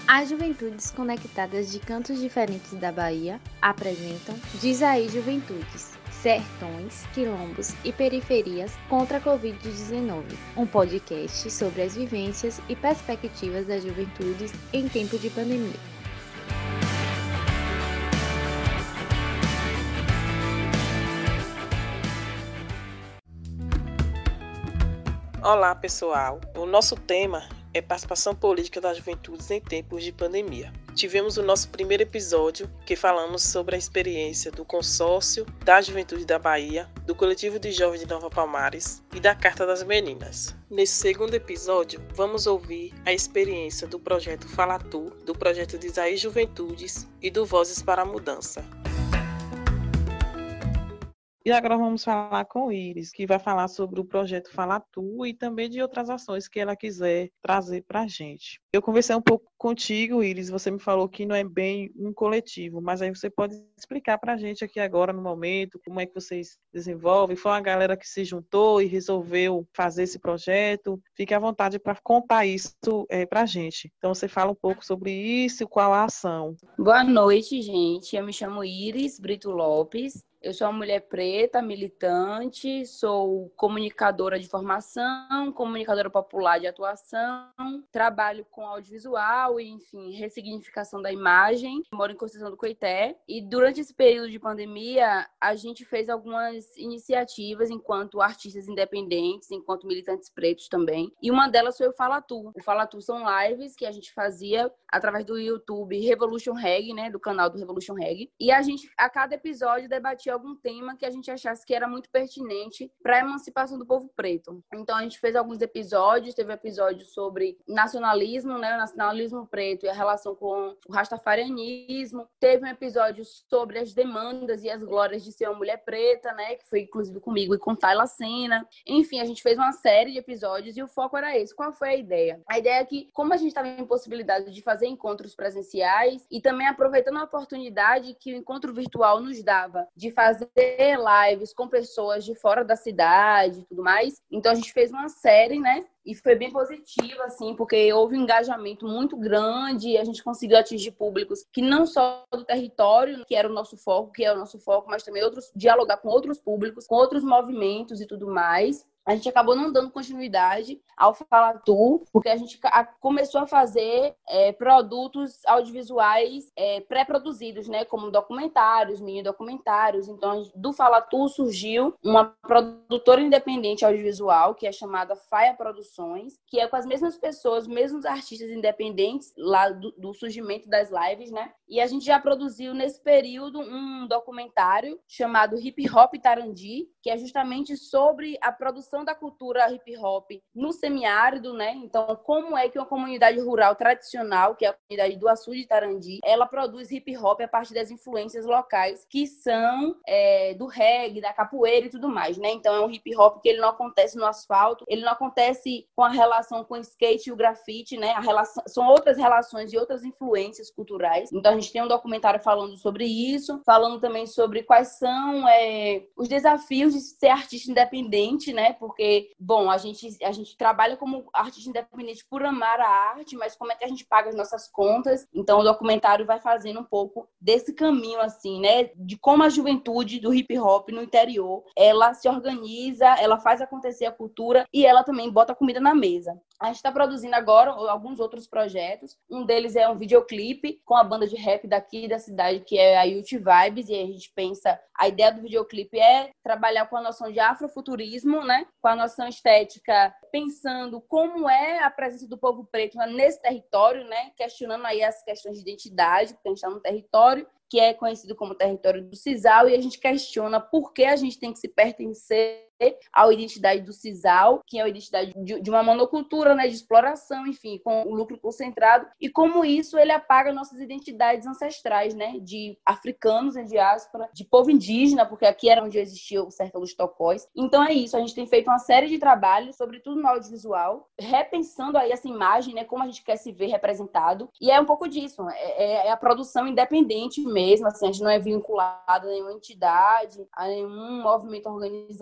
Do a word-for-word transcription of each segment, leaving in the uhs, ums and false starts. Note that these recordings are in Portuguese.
As juventudes conectadas de cantos diferentes da Bahia apresentam Diz aí Juventudes, Sertões, Quilombos e Periferias contra a covid dezenove, um podcast sobre as vivências e perspectivas das juventudes em tempo de pandemia. Olá, pessoal. O nosso tema é participação política das juventudes em tempos de pandemia. Tivemos o nosso primeiro episódio, que falamos sobre a experiência do Consórcio da Juventude da Bahia, do Coletivo de Jovens de Nova Palmares e da Carta das Meninas. Nesse segundo episódio, vamos ouvir a experiência do projeto Fala Tu, do projeto Diz aí Juventudes e do Vozes para a Mudança. E agora vamos falar com Iris, que vai falar sobre o projeto Fala Tu e também de outras ações que ela quiser trazer para a gente. Eu conversei um pouco contigo, Iris, você me falou que não é bem um coletivo, mas aí você pode explicar para a gente aqui agora, no momento, como é que vocês desenvolvem. Foi uma galera que se juntou e resolveu fazer esse projeto. Fique à vontade para contar isso é, para a gente. Então, você fala um pouco sobre isso e qual a ação. Boa noite, gente. Eu me chamo Iris Brito Lopes. Eu sou uma mulher preta, militante, sou comunicadora de formação, comunicadora popular de atuação, trabalho com audiovisual e, enfim, ressignificação da imagem. Moro em Conceição do Coité e durante esse período de pandemia a gente fez algumas iniciativas enquanto artistas independentes, enquanto militantes pretos também. E uma delas foi o Fala Tu. O Fala Tu são lives que a gente fazia através do YouTube Revolution Reggae, né, do canal do Revolution Reggae. E a gente, a cada episódio, debatia algum tema que a gente achasse que era muito pertinente para a emancipação do povo preto. Então a gente fez alguns episódios, teve um episódio sobre nacionalismo, né, o nacionalismo preto e a relação com o rastafarianismo, teve um episódio sobre as demandas e as glórias de ser uma mulher preta, né, que foi inclusive comigo e com Tayla Sena. Enfim, a gente fez uma série de episódios e o foco era esse. Qual foi a ideia? A ideia é que, como a gente estava em possibilidade de fazer encontros presenciais e também aproveitando a oportunidade que o encontro virtual nos dava de fazer lives com pessoas de fora da cidade e tudo mais. Então a gente fez uma série, né? E foi bem positivo, assim, porque houve um engajamento muito grande e a gente conseguiu atingir públicos que não só do território, que era o nosso foco, que é o nosso foco, mas também outros, dialogar com outros públicos, com outros movimentos e tudo mais. A gente acabou não dando continuidade ao Fala Tu, porque a gente começou a fazer é, produtos audiovisuais é, pré-produzidos, né? Como documentários, mini-documentários. Então, do Fala Tu surgiu uma produtora independente audiovisual, que é chamada Faia Produções, que é com as mesmas pessoas, mesmos artistas independentes, lá do, do surgimento das lives, né? E a gente já produziu, nesse período, um documentário chamado Hip Hop Tarandi, que é justamente sobre a produção da cultura hip hop no semiárido, né? Então, como é que uma comunidade rural tradicional, que é a comunidade do Açude de Tarandi, ela produz hip hop a partir das influências locais, que são é, do reggae, da capoeira e tudo mais, né? Então, é um hip hop que ele não acontece no asfalto, ele não acontece com a relação com o skate e o grafite, né? A relação, são outras relações e outras influências culturais. Então, a gente tem um documentário falando sobre isso, falando também sobre quais são é, os desafios de ser artista independente, né? Porque, bom, a gente, a gente trabalha como artista independente por amar a arte, mas como é que a gente paga as nossas contas? Então, o documentário vai fazendo um pouco desse caminho, assim, né? De como a juventude do hip hop no interior, ela se organiza, ela faz acontecer a cultura e ela também bota comida na mesa. A gente está produzindo agora alguns outros projetos. Um deles é um videoclipe com a banda de rap daqui da cidade, que é a Youth Vibes, e a gente pensa, a ideia do videoclipe é trabalhar com a noção de afrofuturismo, né? Com a noção estética, pensando como é a presença do povo preto nesse território, né? Questionando aí as questões de identidade, porque a gente está num território que é conhecido como território do Cisal, e a gente questiona por que a gente tem que se pertencer à identidade do Cisal, que é a identidade de uma monocultura, né, de exploração, enfim, com o lucro concentrado, e como isso ele apaga nossas identidades ancestrais, né, de africanos em diáspora, de povo indígena, porque aqui era onde existia o Sertão dos Tocóis. Então é isso, a gente tem feito uma série de trabalhos, sobretudo no audiovisual, repensando aí essa imagem, né, como a gente quer se ver representado, e é um pouco disso, é, é a produção independente mesmo, assim, a gente não é vinculado a nenhuma entidade, a nenhum movimento organizado nesse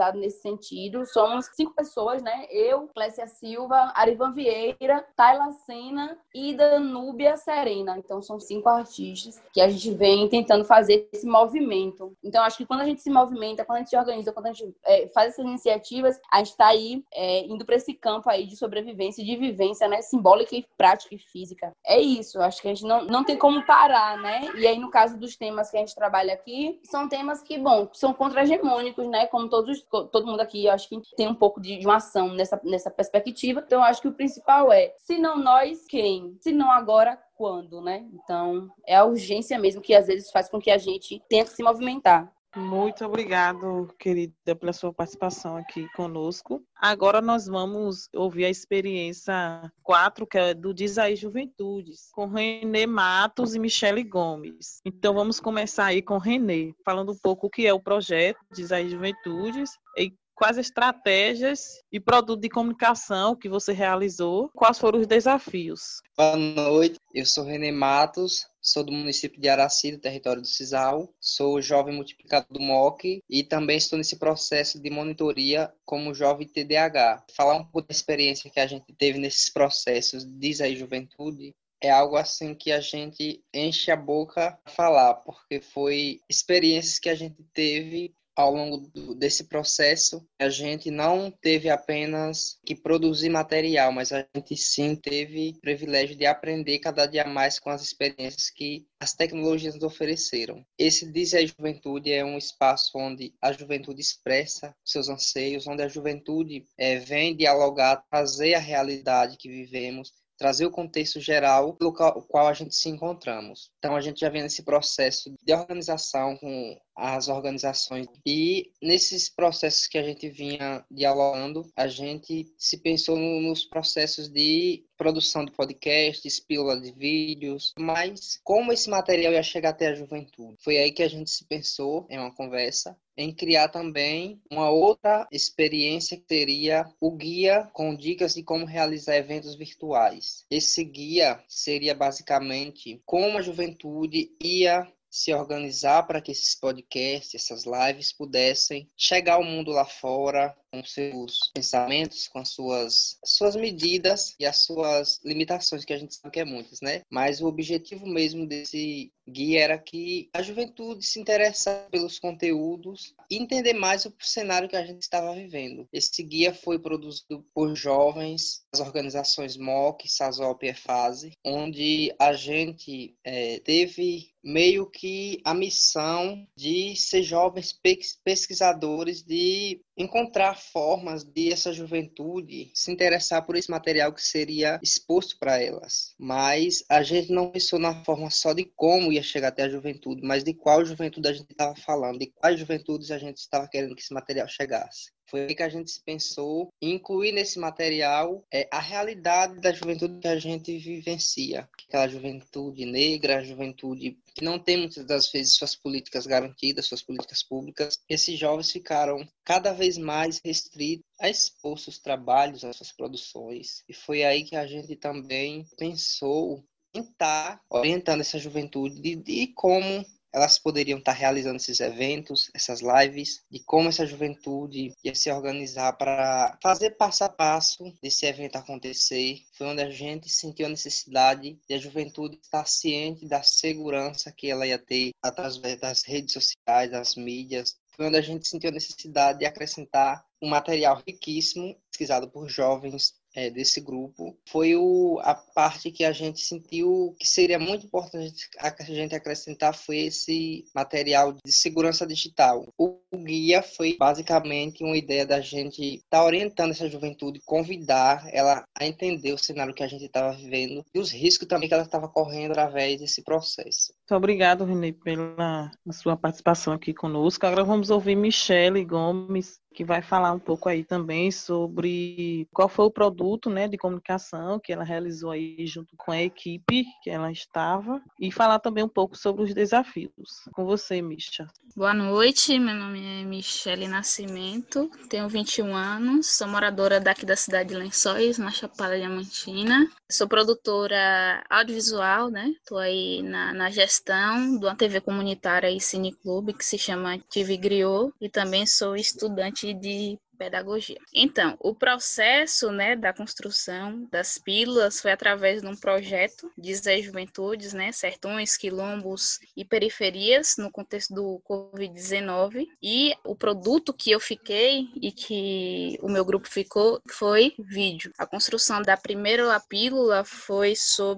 sentido. Somos cinco pessoas, né? Eu, Clécia Silva, Arivan Vieira, Tayla Sena e Danúbia Serena. Então, são cinco artistas que a gente vem tentando fazer esse movimento. Então, acho que quando a gente se movimenta, quando a gente se organiza, quando a gente é, faz essas iniciativas, a gente está aí é, indo para esse campo aí de sobrevivência e de vivência, né? Simbólica e prática e física. É isso. Acho que a gente não, não tem como parar, né? E aí, no caso dos temas que a gente trabalha aqui, são temas que, bom, são contra-hegemônicos, né? Como todos, todo mundo aqui, acho que tem um pouco de, de uma ação nessa, nessa perspectiva. Então, acho que o principal é, se não nós, quem? Se não agora, quando, né? Então, é a urgência mesmo que às vezes faz com que a gente tenha que se movimentar. Muito obrigado, querida, pela sua participação aqui conosco. Agora nós vamos ouvir a experiência quatro, que é do Diz aí Juventudes, com Renê Matos e Michele Gomes. Então vamos começar aí com Renê, falando um pouco o que é o projeto Diz aí Juventudes e quais estratégias e produto de comunicação que você realizou, quais foram os desafios. Boa noite, eu sou Renê Matos, sou do município de Araci, do território do Cisal, sou jovem multiplicador do M O C e também estou nesse processo de monitoria como jovem T D A H. Falar um pouco da experiência que a gente teve nesses processos Diz aí Juventude é algo assim que a gente enche a boca a falar, porque foi experiências que a gente teve ao longo do, desse processo. A gente não teve apenas que produzir material, mas a gente sim teve o privilégio de aprender cada dia mais com as experiências que as tecnologias nos ofereceram. Esse Diz aí Juventude é um espaço onde a juventude expressa seus anseios, onde a juventude é, vem dialogar, trazer a realidade que vivemos, trazer o contexto geral pelo qual a gente se encontramos. Então, a gente já vem nesse processo de organização com as organizações e nesses processos que a gente vinha dialogando, a gente se pensou no, nos processos de produção de podcasts, pílula de vídeos, mas como esse material ia chegar até a juventude? Foi aí que a gente se pensou em uma conversa em criar também uma outra experiência que seria o guia com dicas de como realizar eventos virtuais. Esse guia seria basicamente como a juventude ia se organizar para que esses podcasts, essas lives pudessem chegar ao mundo lá fora com seus pensamentos, com as suas, suas medidas e as suas limitações, que a gente sabe que é muitas, né? Mas o objetivo mesmo desse guia era que a juventude se interessasse pelos conteúdos e entender mais o cenário que a gente estava vivendo. Esse guia foi produzido por jovens, as organizações M O C, SASOP e EFASE, onde a gente é, teve meio que a missão de ser jovens pesquisadores, de encontrar formas de essa juventude se interessar por esse material que seria exposto para elas. Mas a gente não pensou na forma só de como ia chegar até a juventude, mas de qual juventude a gente estava falando, de quais juventudes a gente estava querendo que esse material chegasse. Foi aí que a gente pensou em incluir nesse material é, a realidade da juventude que a gente vivencia. Aquela juventude negra, a juventude que não tem muitas das vezes suas políticas garantidas, suas políticas públicas. Esses jovens ficaram cada vez mais restritos a expor seus trabalhos, as suas produções. E foi aí que a gente também pensou em estar orientando essa juventude de, de como elas poderiam estar realizando esses eventos, essas lives, de como essa juventude ia se organizar para fazer passo a passo desse evento acontecer. Foi onde a gente sentiu a necessidade de a juventude estar ciente da segurança que ela ia ter através das redes sociais, das mídias. Foi onde a gente sentiu a necessidade de acrescentar um material riquíssimo, pesquisado por jovens é, desse grupo. Foi o, a parte que a gente sentiu que seria muito importante a gente acrescentar, foi esse material de segurança digital. O guia foi basicamente uma ideia da gente estar tá orientando essa juventude, convidar ela a entender o cenário que a gente estava vivendo e os riscos também que ela estava correndo através desse processo. Muito obrigado, Renê, pela sua participação aqui conosco. Agora vamos ouvir Michele Gomes, que vai falar um pouco aí também sobre qual foi o produto, né, de comunicação que ela realizou aí junto com a equipe que ela estava e falar também um pouco sobre os desafios. Com você, Misha. Boa noite, meu nome é Michele Nascimento, tenho vinte e um anos, sou moradora daqui da cidade de Lençóis, na Chapada Diamantina. Sou produtora audiovisual, né? Estou aí na, na gestão de uma T V comunitária e cineclube que se chama T V Griot e também sou estudante de pedagogia. Então, o processo, né, da construção das pílulas foi através de um projeto de Zé Juventudes, né, sertões, quilombos e periferias no contexto do covid dezenove, e o produto que eu fiquei e que o meu grupo ficou foi vídeo. A construção da primeira pílula foi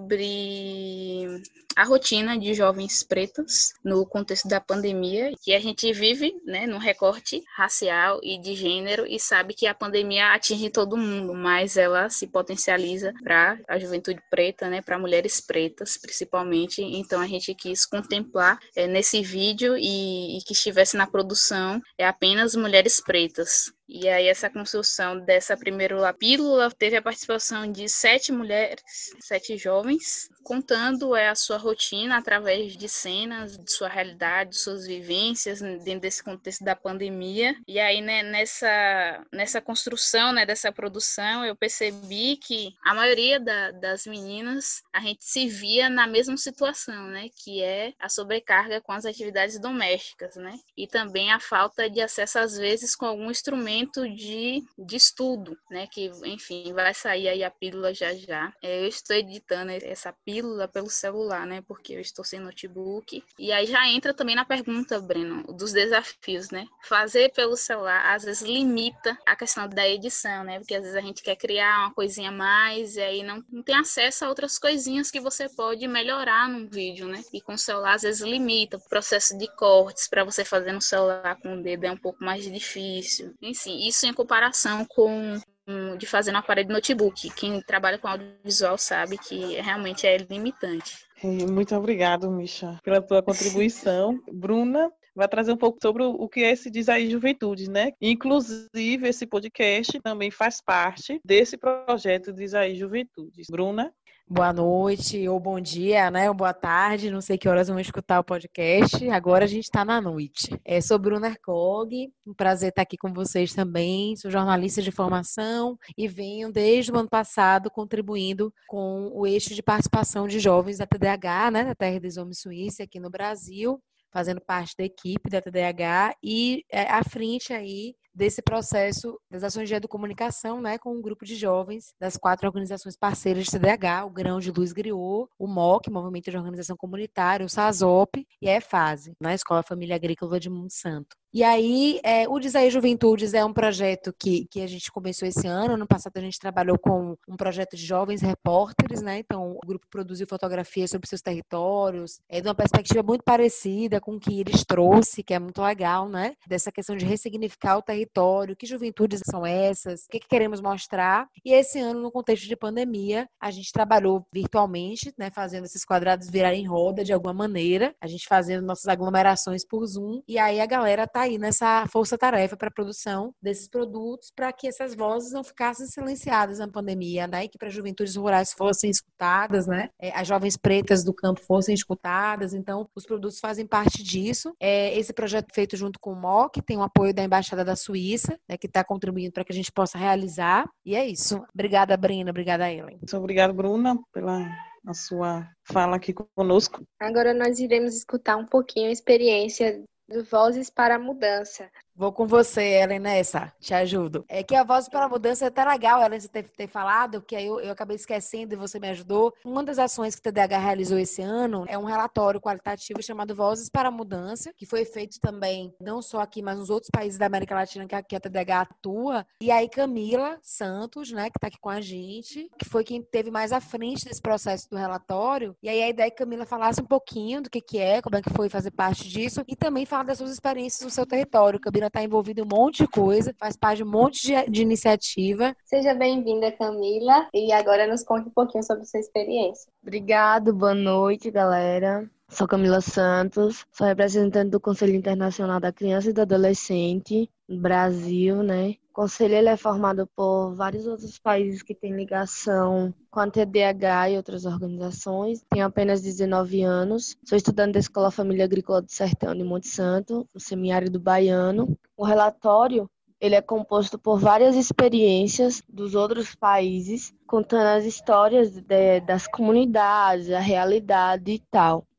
sobre a rotina de jovens pretas no contexto da pandemia, que a gente vive, né, num recorte racial e de gênero, e sabe que a pandemia atinge todo mundo, mas ela se potencializa para a juventude preta, né, para mulheres pretas, principalmente. Então a gente quis contemplar é, nesse vídeo e, e que estivesse na produção é apenas mulheres pretas. E aí essa construção dessa primeira pílula teve a participação de sete mulheres, sete jovens, contando é, a sua rotina através de cenas, de sua realidade, de suas vivências dentro desse contexto da pandemia. E aí, né, nessa, nessa construção, né, dessa produção, eu percebi que a maioria da, das meninas, a gente se via na mesma situação, né, que é a sobrecarga com as atividades domésticas, né, e também a falta de acesso, às vezes, com algum instrumento de, de estudo, né, que, enfim, vai sair aí a pílula já já. Eu estou editando essa pílula pelo celular, né, porque eu estou sem notebook. E aí já entra também na pergunta, Breno, dos desafios, né. Fazer pelo celular, às vezes, limita a questão da edição, né, porque às vezes a gente quer criar uma coisinha a mais e aí não, não tem acesso a outras coisinhas que você pode melhorar num vídeo, né, e com o celular, às vezes, limita o processo de cortes para você fazer no celular com o dedo é um pouco mais difícil. Enfim, isso em comparação com de fazer no aparelho de notebook. Quem trabalha com audiovisual sabe que realmente é limitante. Muito obrigado, Misha, pela tua contribuição. Bruna vai trazer um pouco sobre o que é esse Diz Aí Juventude, né? Inclusive, esse podcast também faz parte desse projeto Diz Aí Juventude. Bruna? Boa noite, ou bom dia, né? Ou boa tarde, não sei que horas vão escutar o podcast. Agora a gente está na noite. É, sou Bruna Ercog, um prazer estar aqui com vocês também. Sou jornalista de formação e venho desde o ano passado contribuindo com o eixo de participação de jovens da T D A H, né? Da Terra dos Homens Suíça aqui no Brasil, fazendo parte da equipe da T D A H e é, à frente aí desse processo das ações de educomunicação, né, com um grupo de jovens das quatro organizações parceiras de T D A H, o Grão de Luz Griot, o M O C, Movimento de Organização Comunitária, o SASOP e a EFASE, na Escola Família Agrícola de Monsanto. E aí, é, o Diz Aí Juventudes é um projeto que, que a gente começou esse ano. Ano passado a gente trabalhou com um projeto de jovens repórteres, né? Então, o grupo produziu fotografias sobre seus territórios, é, de uma perspectiva muito parecida com o que eles trouxe, que é muito legal, né? Dessa questão de ressignificar o território, que juventudes são essas, o que, que queremos mostrar. E esse ano, no contexto de pandemia, a gente trabalhou virtualmente, né? Fazendo esses quadrados virarem roda de alguma maneira, a gente fazendo nossas aglomerações por Zoom, e aí a galera tá aí nessa força-tarefa para a produção desses produtos, para que essas vozes não ficassem silenciadas na pandemia, né? E que para as juventudes rurais fossem escutadas, né? É, as jovens pretas do campo fossem escutadas. Então, os produtos fazem parte disso. É, esse projeto feito junto com o M O C, tem o apoio da Embaixada da Suíça, né, que está contribuindo para que a gente possa realizar. E é isso. Obrigada, Brina. Obrigada, Ellen. Muito obrigada, Bruna, pela a sua fala aqui conosco. Agora nós iremos escutar um pouquinho a experiência do Vozes para a Mudança. Vou com você, Ellen, nessa. Te ajudo. É que a Voz para a Mudança é até legal, Ellen, você ter, ter falado, que aí eu, eu acabei esquecendo e você me ajudou. Uma das ações que o T D A H realizou esse ano é um relatório qualitativo chamado Vozes para a Mudança, que foi feito também, não só aqui, mas nos outros países da América Latina que a, que a T D A H atua. E aí Camila Santos, né, que está aqui com a gente, que foi quem teve mais à frente desse processo do relatório. E aí a ideia é que Camila falasse um pouquinho do que, que é, como é que foi fazer parte disso, e também falar das suas experiências no seu território. Camila está envolvida em um monte de coisa, faz parte de um monte de, de iniciativa. Seja bem-vinda, Camila, e agora nos conte um pouquinho sobre sua experiência. Obrigado, boa noite, galera. Sou Camila Santos, sou representante do Conselho Internacional da Criança e do Adolescente no Brasil, né? O Conselho ele é formado por vários outros países que têm ligação com a T D A H e outras organizações. Tenho apenas dezenove anos, sou estudante da Escola Família Agrícola do Sertão de Monte Santo, no semiárido baiano. O relatório ele é composto por várias experiências dos outros países, contando as histórias de, das comunidades, a realidade e tal.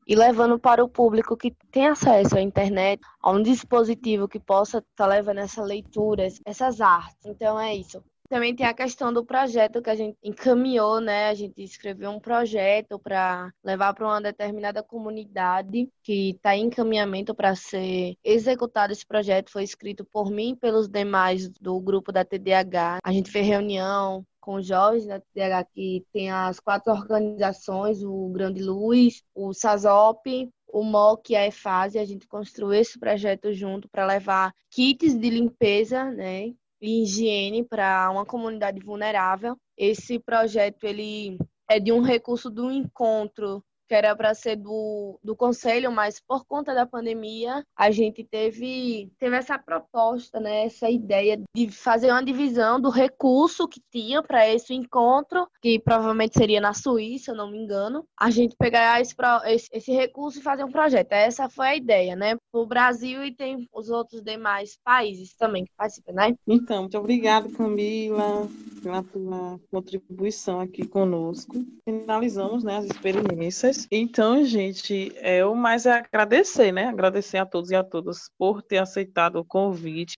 e levando para o público que tem acesso à internet, a um dispositivo que possa estar levando essa leitura, essas artes. Então é isso. Também tem a questão do projeto que a gente encaminhou, né? A gente escreveu um projeto para levar para uma determinada comunidade que está em encaminhamento para ser executado. Esse projeto foi escrito por mim e pelos demais do grupo da T D A H. A gente fez reunião com os jovens da T D A H, que tem as quatro organizações, o Grande Luz, o SASOP, o M O C e a EFASE. A gente construiu esse projeto junto para levar kits de limpeza, né, e higiene para uma comunidade vulnerável. Esse projeto ele é de um recurso do encontro que era para ser do, do conselho, mas por conta da pandemia, a gente teve, teve essa proposta, né, essa ideia de fazer uma divisão do recurso que tinha para esse encontro, que provavelmente seria na Suíça, se eu não me engano. A gente pegar esse, esse, esse recurso e fazer um projeto. Essa foi a ideia, né? O Brasil e tem os outros demais países também que participam, né? Então, muito obrigada, Camila, pela tua contribuição aqui conosco. Finalizamos, né, as experiências. Então, gente, é o mais é agradecer, né? Agradecer a todos e a todas por ter aceitado o convite.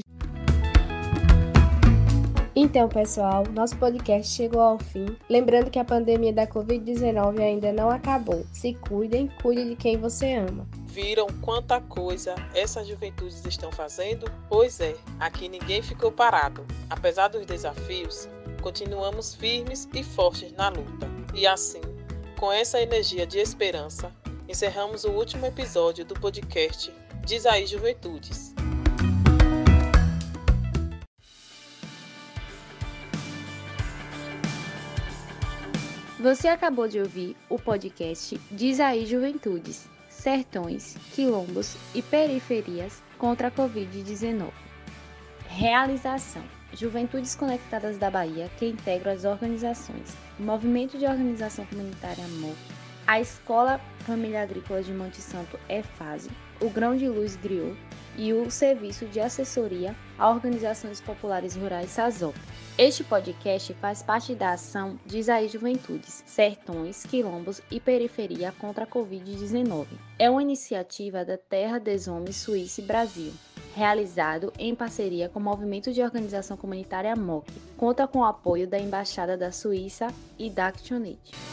Então, pessoal, nosso podcast chegou ao fim. Lembrando que a pandemia da covid dezenove ainda não acabou. Se cuidem, cuide de quem você ama. Viram quanta coisa essas juventudes estão fazendo? Pois é, aqui ninguém ficou parado. Apesar dos desafios, continuamos firmes e fortes na luta. E assim, com essa energia de esperança, encerramos o último episódio do podcast Diz aí, Juventudes. Você acabou de ouvir o podcast Diz aí, Juventudes, Sertões, Quilombos e Periferias contra a covid dezenove. Realização: Juventudes Conectadas da Bahia, que integram as organizações Movimento de Organização Comunitária M O C, a Escola Família Agrícola de Monte Santo EFASE, o Grão de Luz Griot e o Serviço de Assessoria a Organizações Populares Rurais SASOP. Este podcast faz parte da ação Diz aí, Juventudes, Sertões, Quilombos e Periferia contra a covid dezenove. É uma iniciativa da Terra des Hommes Suíça e Brasil, realizado em parceria com o Movimento de Organização Comunitária M O C. Conta com o apoio da Embaixada da Suíça e da ActionAid.